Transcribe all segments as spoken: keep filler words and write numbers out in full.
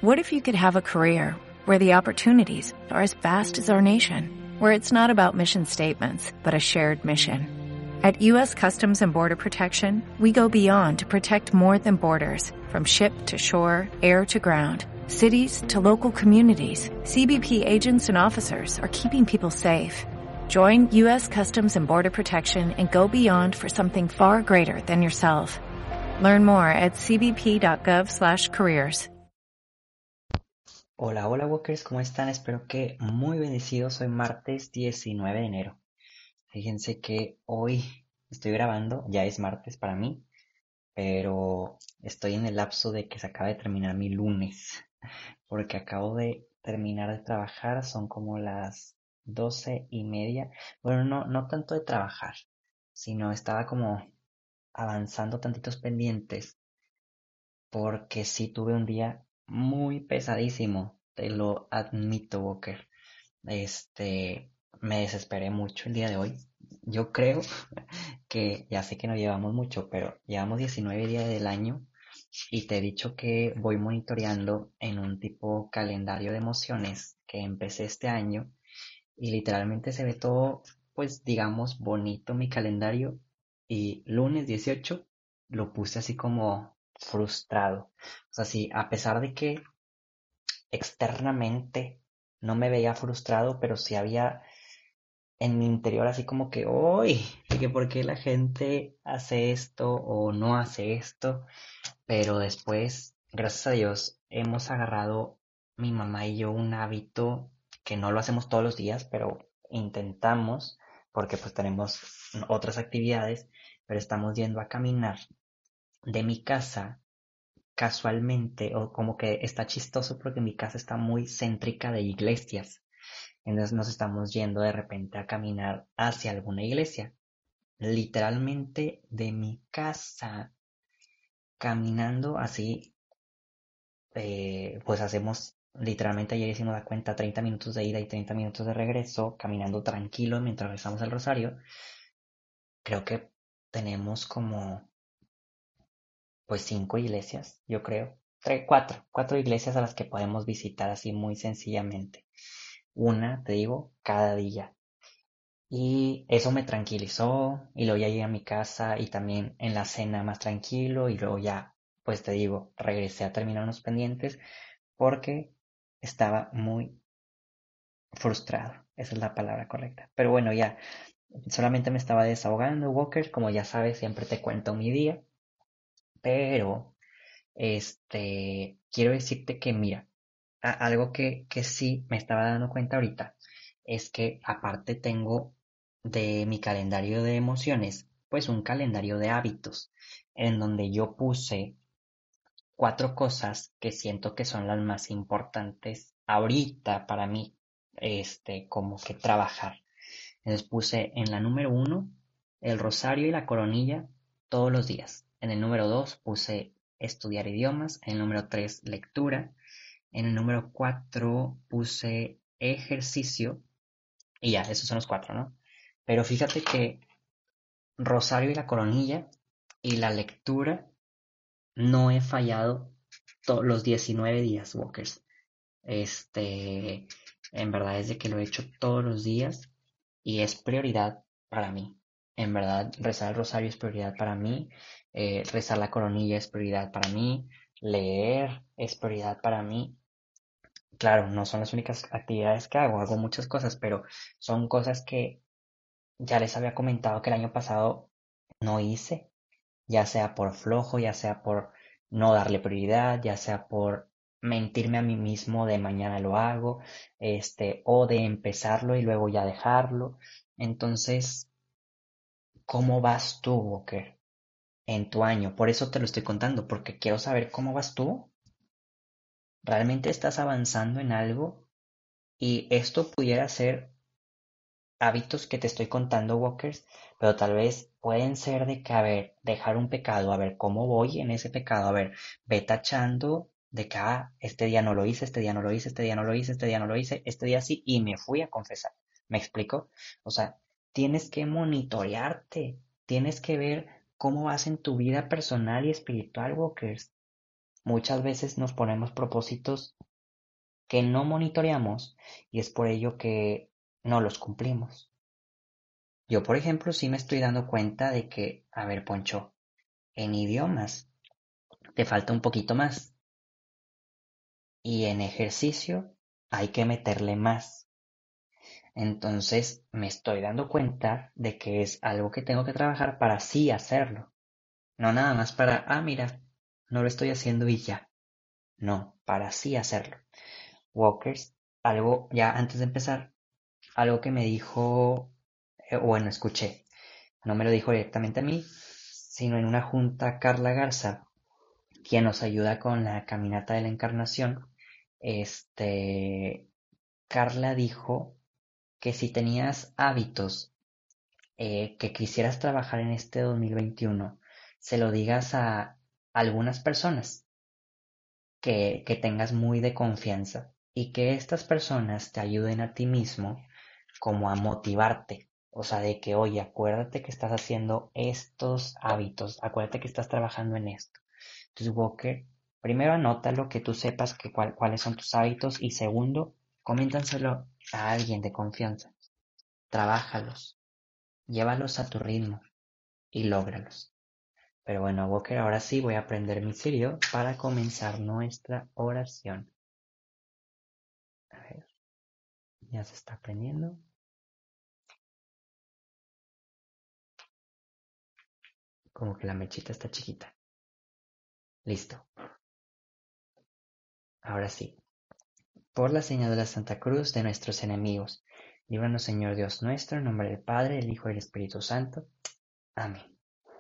What if you could have a career where the opportunities are as vast as our nation, where it's not about mission statements, but a shared mission? At U S Customs and Border Protection, we go beyond to protect more than borders. From ship to shore, air to ground, cities to local communities, C B P agents and officers are keeping people safe. Join U S Customs and Border Protection and go beyond for something far greater than yourself. Learn more at c b p dot gov slash careers. Hola, hola Walkers, ¿cómo están? Espero que muy bendecidos. Hoy martes diecinueve de enero. Fíjense que hoy estoy grabando, ya es martes para mí, pero estoy en el lapso de que se acaba de terminar mi lunes, porque acabo de terminar de trabajar, son como las doce y media. Bueno, no, no tanto de trabajar, sino estaba como avanzando tantitos pendientes, porque sí tuve un día muy pesadísimo, te lo admito, Walker. Este, me desesperé mucho el día de hoy. Yo creo que ya sé que no llevamos mucho, pero llevamos diecinueve días del año y te he dicho que voy monitoreando en un tipo calendario de emociones que empecé este año y literalmente se ve todo, pues digamos, bonito mi calendario y lunes dieciocho lo puse así como frustrado. O sea, sí, a pesar de que externamente no me veía frustrado, pero sí había en mi interior así como que, uy, que por qué la gente hace esto o no hace esto, pero después, gracias a Dios, hemos agarrado mi mamá y yo un hábito que no lo hacemos todos los días, pero intentamos, porque pues tenemos otras actividades, pero estamos yendo a caminar de mi casa casualmente, o como que está chistoso porque mi casa está muy céntrica de iglesias. Entonces nos estamos yendo de repente a caminar hacia alguna iglesia. Literalmente de mi casa, caminando así, eh, pues hacemos, literalmente ayer hicimos la cuenta, treinta minutos de ida y treinta minutos de regreso, caminando tranquilo mientras rezamos el rosario. Creo que tenemos como, pues cinco iglesias, yo creo. Tres, cuatro, cuatro iglesias a las que podemos visitar así muy sencillamente. Una, te digo, cada día. Y eso me tranquilizó y luego ya llegué a mi casa y también en la cena más tranquilo y luego ya, pues te digo, regresé a terminar unos pendientes porque estaba muy frustrado. Esa es la palabra correcta. Pero bueno, ya, solamente me estaba desahogando, Walker, como ya sabes, siempre te cuento mi día, pero este, quiero decirte que mira, a- algo que, que sí me estaba dando cuenta ahorita es que aparte tengo de mi calendario de emociones, pues un calendario de hábitos, en donde yo puse cuatro cosas que siento que son las más importantes ahorita para mí, este, como que trabajar. Entonces puse en la número uno el rosario y la coronilla todos los días. En el número dos puse estudiar idiomas. En el número tres lectura. En el número cuatro puse ejercicio. Y ya, esos son los cuatro, ¿no? Pero fíjate que rosario y la coronilla y la lectura no he fallado to- los diecinueve días, Walkers. Este, en verdad es de que lo he hecho todos los días y es prioridad para mí. En verdad, rezar el rosario es prioridad para mí, eh, rezar la coronilla es prioridad para mí, leer es prioridad para mí. Claro, no son las únicas actividades que hago, hago muchas cosas, pero son cosas que ya les había comentado que el año pasado no hice, ya sea por flojo, ya sea por no darle prioridad, ya sea por mentirme a mí mismo de mañana lo hago, este, o de empezarlo y luego ya dejarlo. Entonces, ¿cómo vas tú, Walker, en tu año? Por eso te lo estoy contando, porque quiero saber cómo vas tú. ¿Realmente estás avanzando en algo? Y esto pudiera ser hábitos que te estoy contando, Walkers, pero tal vez pueden ser de que, a ver, dejar un pecado, a ver cómo voy en ese pecado, a ver, ve tachando de que, ah, este día no lo hice, este día no lo hice, este día no lo hice, este día no lo hice, este día sí, y me fui a confesar. ¿Me explico? O sea, tienes que monitorearte, tienes que ver cómo vas en tu vida personal y espiritual, Walkers. Muchas veces nos ponemos propósitos que no monitoreamos y es por ello que no los cumplimos. Yo, por ejemplo, sí me estoy dando cuenta de que, a ver, Poncho, en idiomas te falta un poquito más y en ejercicio hay que meterle más. Entonces me estoy dando cuenta de que es algo que tengo que trabajar para sí hacerlo. No nada más para, ah, mira, no lo estoy haciendo y ya. No, para sí hacerlo. Walkers, algo, ya antes de empezar, algo que me dijo, eh, bueno, escuché, no me lo dijo directamente a mí, sino en una junta Carla Garza, quien nos ayuda con la caminata de la encarnación. Este, Carla dijo que si tenías hábitos eh, que quisieras trabajar en este dos mil veintiuno, se lo digas a algunas personas que, que tengas muy de confianza y que estas personas te ayuden a ti mismo como a motivarte. O sea, de que, oye, acuérdate que estás haciendo estos hábitos, acuérdate que estás trabajando en esto. Entonces, Walker, primero anota lo que tú sepas que cuál, cuáles son tus hábitos y segundo, coméntanselo a alguien de confianza. Trabájalos, llévalos a tu ritmo y lógralos. Pero bueno, Walker, ahora sí voy a prender mi cirio para comenzar nuestra oración. A ver, ya se está prendiendo. Como que la mechita está chiquita. Listo. Ahora sí. Por la señal de la Santa Cruz de nuestros enemigos, líbranos, Señor Dios nuestro, en nombre del Padre, del Hijo y del Espíritu Santo. Amén.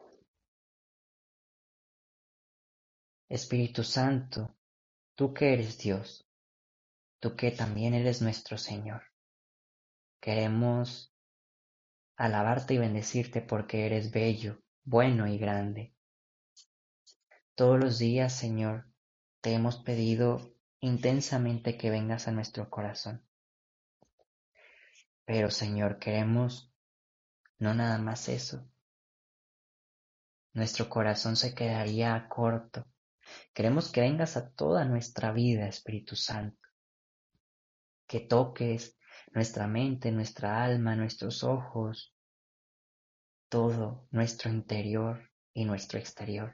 Espíritu Santo, tú que eres Dios, tú que también eres nuestro Señor, queremos alabarte y bendecirte porque eres bello, bueno y grande. Todos los días, Señor, te hemos pedido intensamente que vengas a nuestro corazón. Pero, Señor, queremos no nada más eso. Nuestro corazón se quedaría corto. Queremos que vengas a toda nuestra vida, Espíritu Santo. Que toques nuestra mente, nuestra alma, nuestros ojos, todo nuestro interior y nuestro exterior.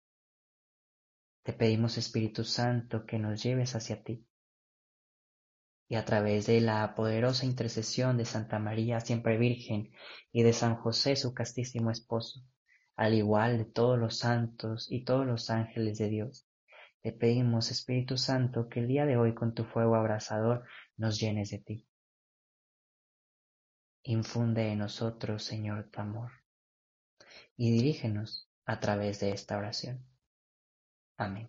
Te pedimos, Espíritu Santo, que nos lleves hacia ti. Y a través de la poderosa intercesión de Santa María, siempre Virgen, y de San José, su castísimo esposo, al igual de todos los santos y todos los ángeles de Dios, te pedimos, Espíritu Santo, que el día de hoy con tu fuego abrasador nos llenes de ti. Infunde en nosotros, Señor, tu amor, y dirígenos a través de esta oración. Amén.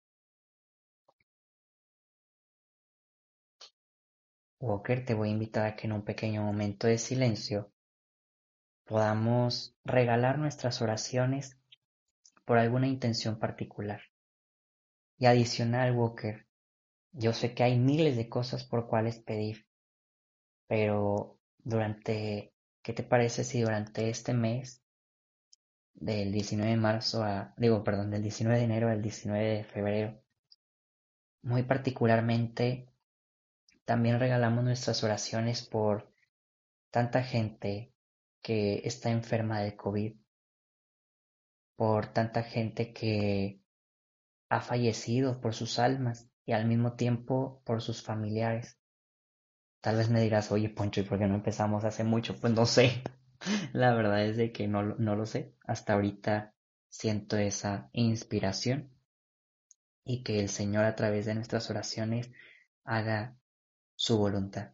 Walker, te voy a invitar a que en un pequeño momento de silencio podamos regalar nuestras oraciones por alguna intención particular. Y adicional, Walker, yo sé que hay miles de cosas por cuales pedir, pero durante, ¿qué te parece si durante este mes, del diecinueve de marzo a, digo, perdón, del diecinueve de enero al diecinueve de febrero, muy particularmente, también regalamos nuestras oraciones por tanta gente que está enferma de COVID, por tanta gente que ha fallecido por sus almas y al mismo tiempo por sus familiares? Tal vez me dirás, oye Poncho, ¿y por qué no empezamos hace mucho? Pues no sé. La verdad es de que no, no lo sé. Hasta ahorita siento esa inspiración y que el Señor a través de nuestras oraciones haga su voluntad.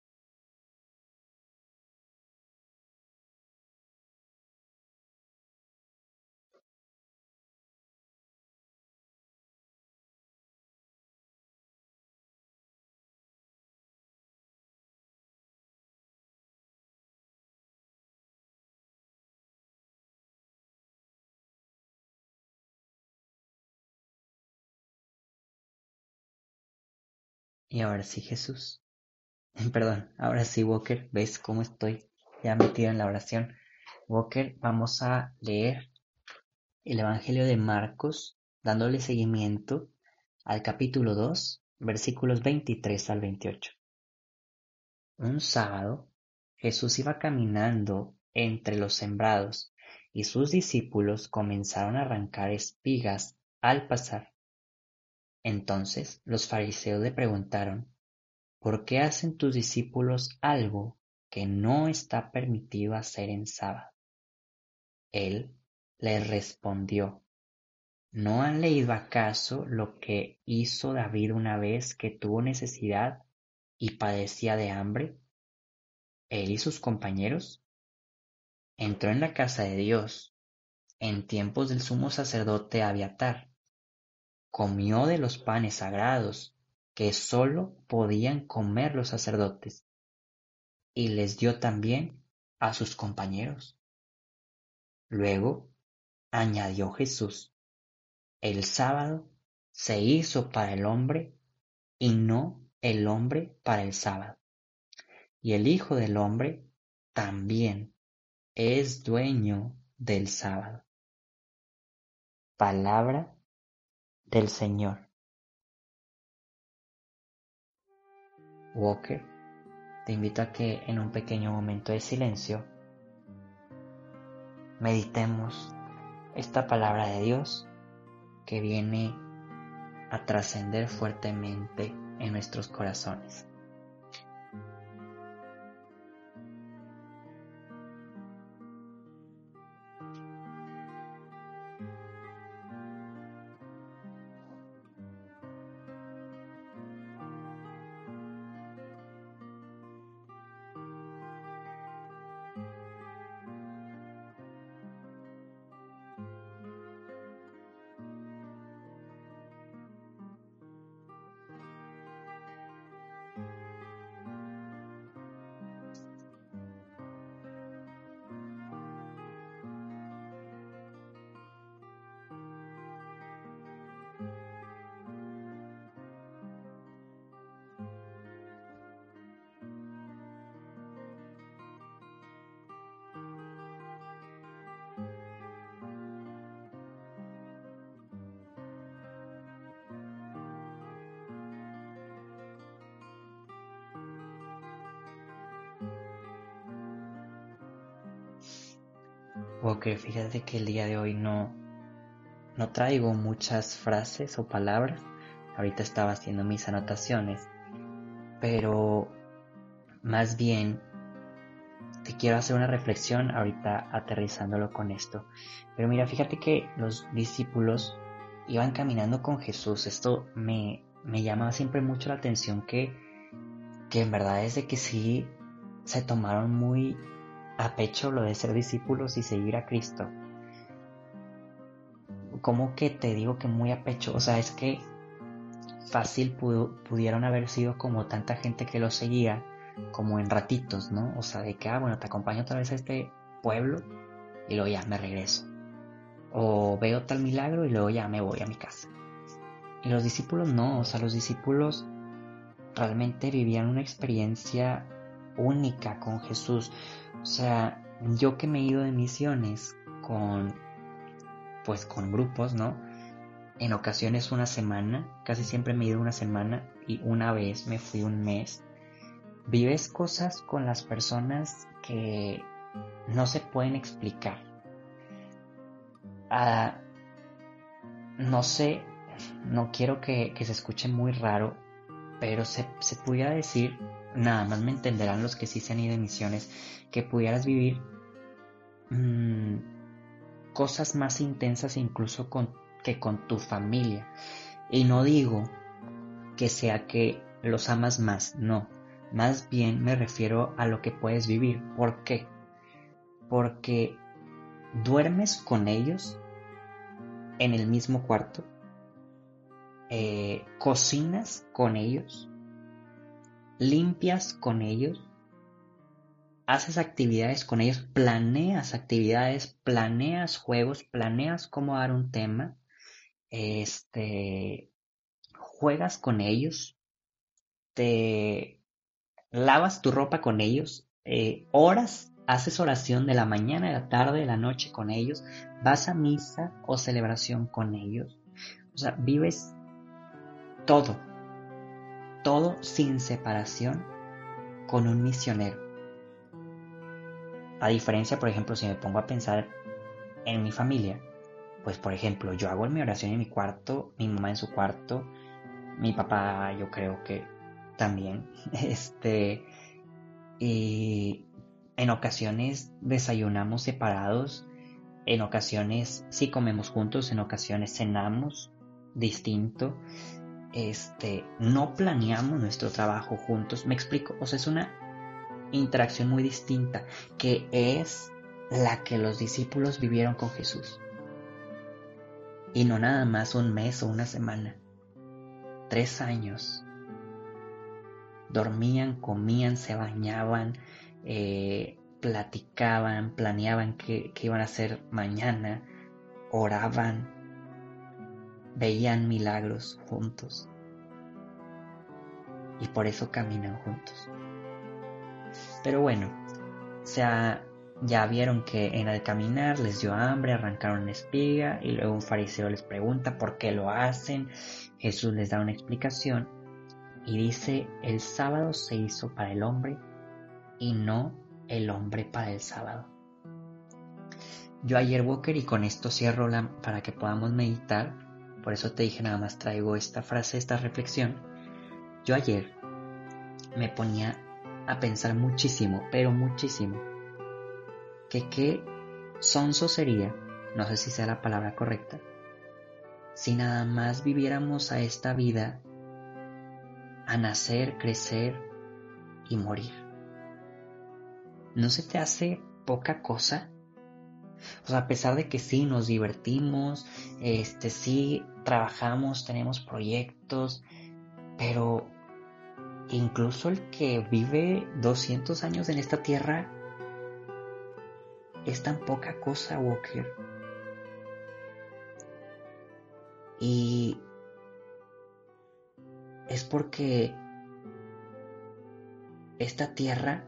Y ahora sí, Jesús. Perdón, ahora sí, Walker, ¿ves cómo estoy ya metido en la oración? Walker, vamos a leer el Evangelio de Marcos, dándole seguimiento al capítulo dos, versículos veintitrés al veintiocho. Un sábado, Jesús iba caminando entre los sembrados y sus discípulos comenzaron a arrancar espigas al pasar. Entonces los fariseos le preguntaron: ¿por qué hacen tus discípulos algo que no está permitido hacer en sábado? Él les respondió: ¿no han leído acaso lo que hizo David una vez que tuvo necesidad y padecía de hambre? Él y sus compañeros. Entró en la casa de Dios en tiempos del sumo sacerdote Abiatar, comió de los panes sagrados que sólo podían comer los sacerdotes, y les dio también a sus compañeros. Luego añadió Jesús: el sábado se hizo para el hombre y no el hombre para el sábado. Y el Hijo del Hombre también es dueño del sábado. Palabra del Señor. Walker, te invito a que en un pequeño momento de silencio meditemos esta palabra de Dios que viene a trascender fuertemente en nuestros corazones. Walker, fíjate que el día de hoy no, no traigo muchas frases o palabras. Ahorita estaba haciendo mis anotaciones, pero más bien te quiero hacer una reflexión ahorita aterrizándolo con esto. Pero mira, fíjate que los discípulos iban caminando con Jesús. Esto me, me llama siempre mucho la atención que, que en verdad es de que sí se tomaron muy a pecho lo de ser discípulos y seguir a Cristo. ¿Cómo que te digo que muy a pecho? O sea, es que fácil pudo, pudieron haber sido como tanta gente que lo seguía, como en ratitos, ¿no? O sea, de que, ah, bueno, te acompaño otra vez a este pueblo y luego ya me regreso. O veo tal milagro y luego ya me voy a mi casa. Y los discípulos no, o sea, los discípulos realmente vivían una experiencia única con Jesús. O sea, yo que me he ido de misiones con, pues con grupos, ¿no? En ocasiones una semana, casi siempre me he ido una semana y una vez me fui un mes. Vives cosas con las personas que no se pueden explicar. Ah, no sé, no quiero que, que se escuche muy raro, pero se, se pudiera decir, nada más me entenderán los que sí se han ido de misiones, que pudieras vivir mmm, cosas más intensas incluso con, que con tu familia. Y no digo que sea que los amas más, no. Más bien me refiero a lo que puedes vivir. ¿Por qué? Porque duermes con ellos en el mismo cuarto, eh, cocinas con ellos, limpias con ellos, haces actividades con ellos, planeas actividades, planeas juegos, planeas cómo dar un tema, este, juegas con ellos, te lavas tu ropa con ellos, eh, horas, haces oración de la mañana, de la tarde, de la noche con ellos, vas a misa o celebración con ellos. O sea, vives todo, todo sin separación con un misionero. A diferencia, por ejemplo, si me pongo a pensar en mi familia, pues por ejemplo, yo hago mi oración en mi cuarto, mi mamá en su cuarto, mi papá yo creo que también, este, y en ocasiones desayunamos separados, en ocasiones sí comemos juntos, en ocasiones cenamos distinto, este, no planeamos nuestro trabajo juntos, me explico, o sea, es una interacción muy distinta, que es la que los discípulos vivieron con Jesús. Y no nada más un mes o una semana, tres años. Dormían, comían, se bañaban, eh, platicaban, planeaban qué, qué iban a hacer mañana, oraban, veían milagros juntos. Y por eso caminan juntos. Pero bueno, o sea, ya vieron que en el caminar les dio hambre, arrancaron una espiga y luego un fariseo les pregunta por qué lo hacen. Jesús les da una explicación y dice, el sábado se hizo para el hombre y no el hombre para el sábado. Yo ayer, Walker, y con esto cierro la, para que podamos meditar, por eso te dije nada más traigo esta frase, esta reflexión. Yo ayer me ponía a pensar muchísimo, pero muchísimo, que qué sonso sería, no sé si sea la palabra correcta, si nada más viviéramos a esta vida a nacer, crecer y morir. ¿No se te hace poca cosa? O sea, a pesar de que sí nos divertimos, este, sí trabajamos, tenemos proyectos, pero incluso el que vive doscientos años en esta tierra es tan poca cosa, Walker. Y es porque esta tierra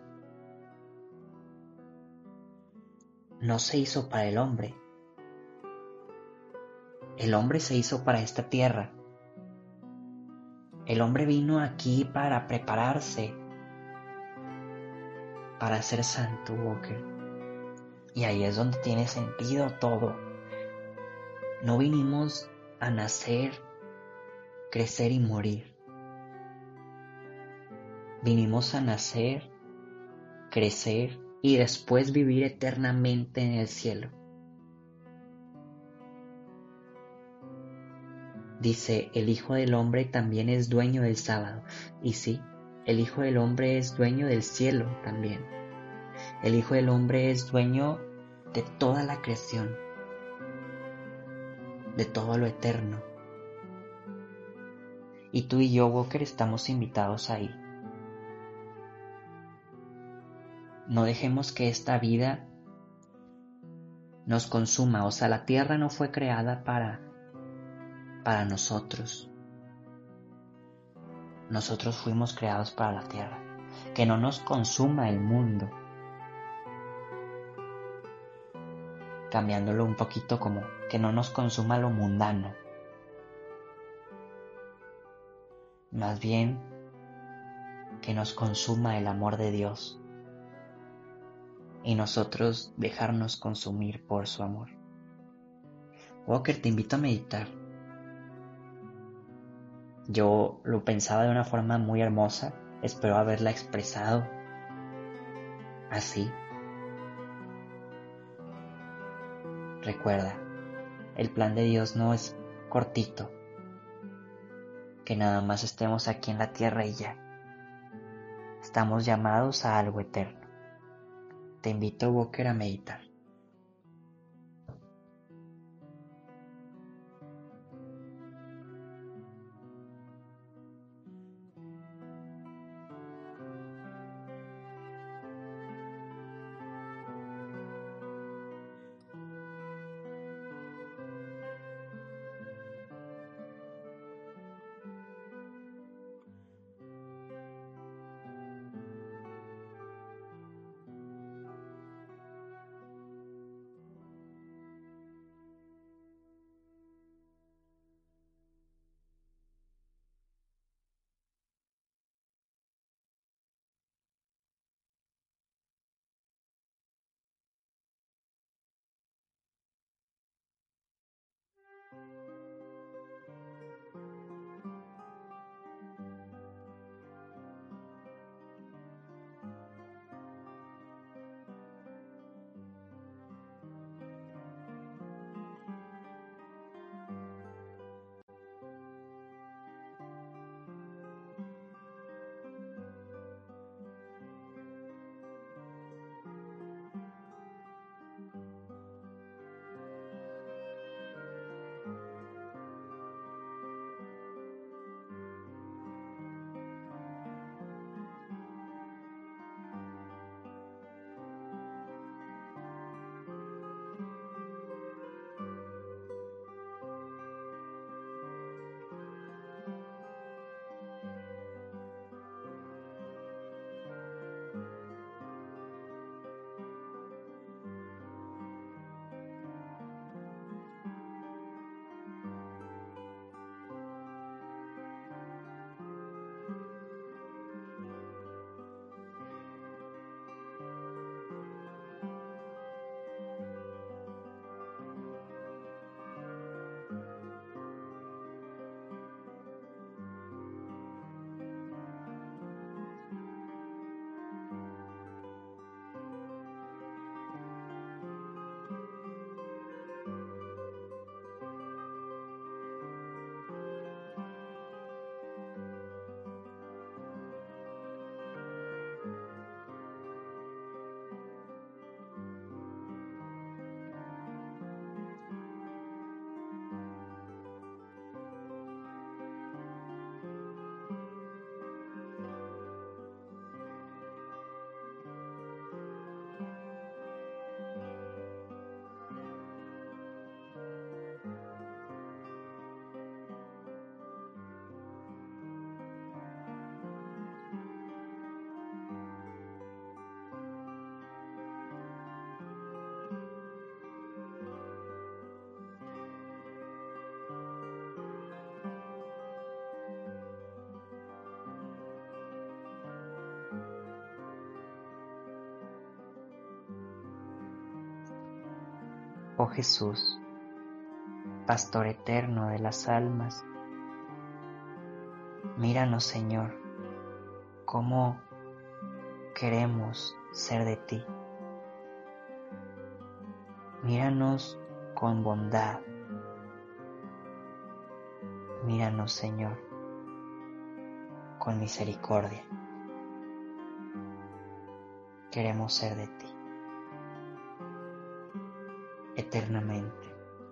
no se hizo para el hombre. El hombre se hizo para esta tierra. El hombre vino aquí para prepararse, para ser santo, Walker. Y ahí es donde tiene sentido todo. No vinimos a nacer, crecer y morir. Vinimos a nacer, crecer y después vivir eternamente en el cielo. Dice, el Hijo del Hombre también es dueño del sábado. Y sí, el Hijo del Hombre es dueño del cielo también. El Hijo del Hombre es dueño de toda la creación, de todo lo eterno. Y tú y yo, Walker, estamos invitados ahí. No dejemos que esta vida nos consuma. O sea, la tierra no fue creada para, para nosotros. Nosotros fuimos creados para la tierra. Que no nos consuma el mundo. Cambiándolo un poquito como que no nos consuma lo mundano. Más bien que nos consuma el amor de Dios. Y nosotros dejarnos consumir por su amor. Walker, te invito a meditar. Yo lo pensaba de una forma muy hermosa, espero haberla expresado así. Recuerda, el plan de Dios no es cortito, que nada más estemos aquí en la tierra y ya. Estamos llamados a algo eterno. Te invito, Walker, a meditar. Oh Jesús, Pastor eterno de las almas, míranos, Señor, cómo queremos ser de ti. Míranos con bondad. Míranos, Señor, con misericordia. Queremos ser de ti eternamente.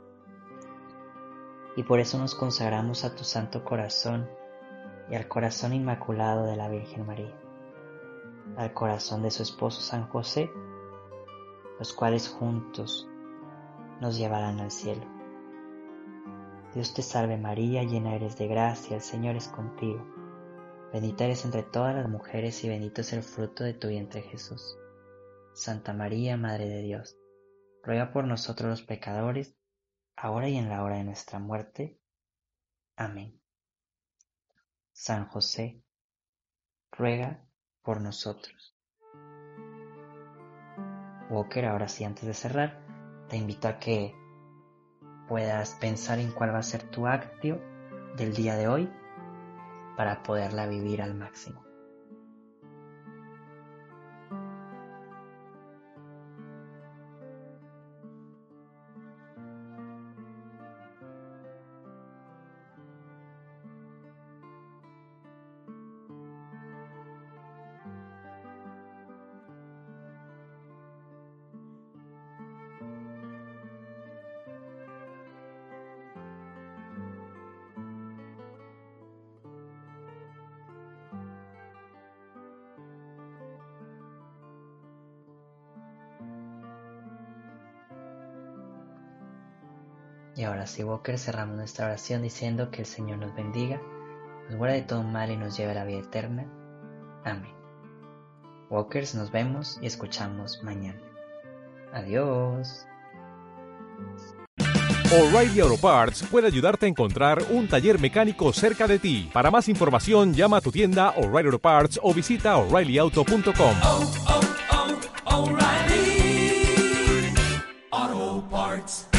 Y por eso nos consagramos a tu Santo Corazón y al Corazón Inmaculado de la Virgen María, al corazón de su esposo San José, los cuales juntos nos llevarán al cielo. Dios te salve María, llena eres de gracia, el Señor es contigo. Bendita eres entre todas las mujeres y bendito es el fruto de tu vientre Jesús. Santa María, Madre de Dios, ruega por nosotros los pecadores, ahora y en la hora de nuestra muerte. Amén. San José, ruega por nosotros. Walker, ahora sí, antes de cerrar, te invito a que puedas pensar en cuál va a ser tu acto del día de hoy para poderla vivir al máximo. Y ahora sí, Walker, cerramos nuestra oración diciendo que el Señor nos bendiga, nos guarde de todo mal y nos lleve a la vida eterna. Amén. Walkers, nos vemos y escuchamos mañana. Adiós. O'Reilly Auto Parts puede ayudarte a encontrar un taller mecánico cerca de ti. Para más información, llama a tu tienda O'Reilly Auto Parts o visita O'Reilly Auto punto com. Oh, oh, oh, O'Reilly Auto Parts.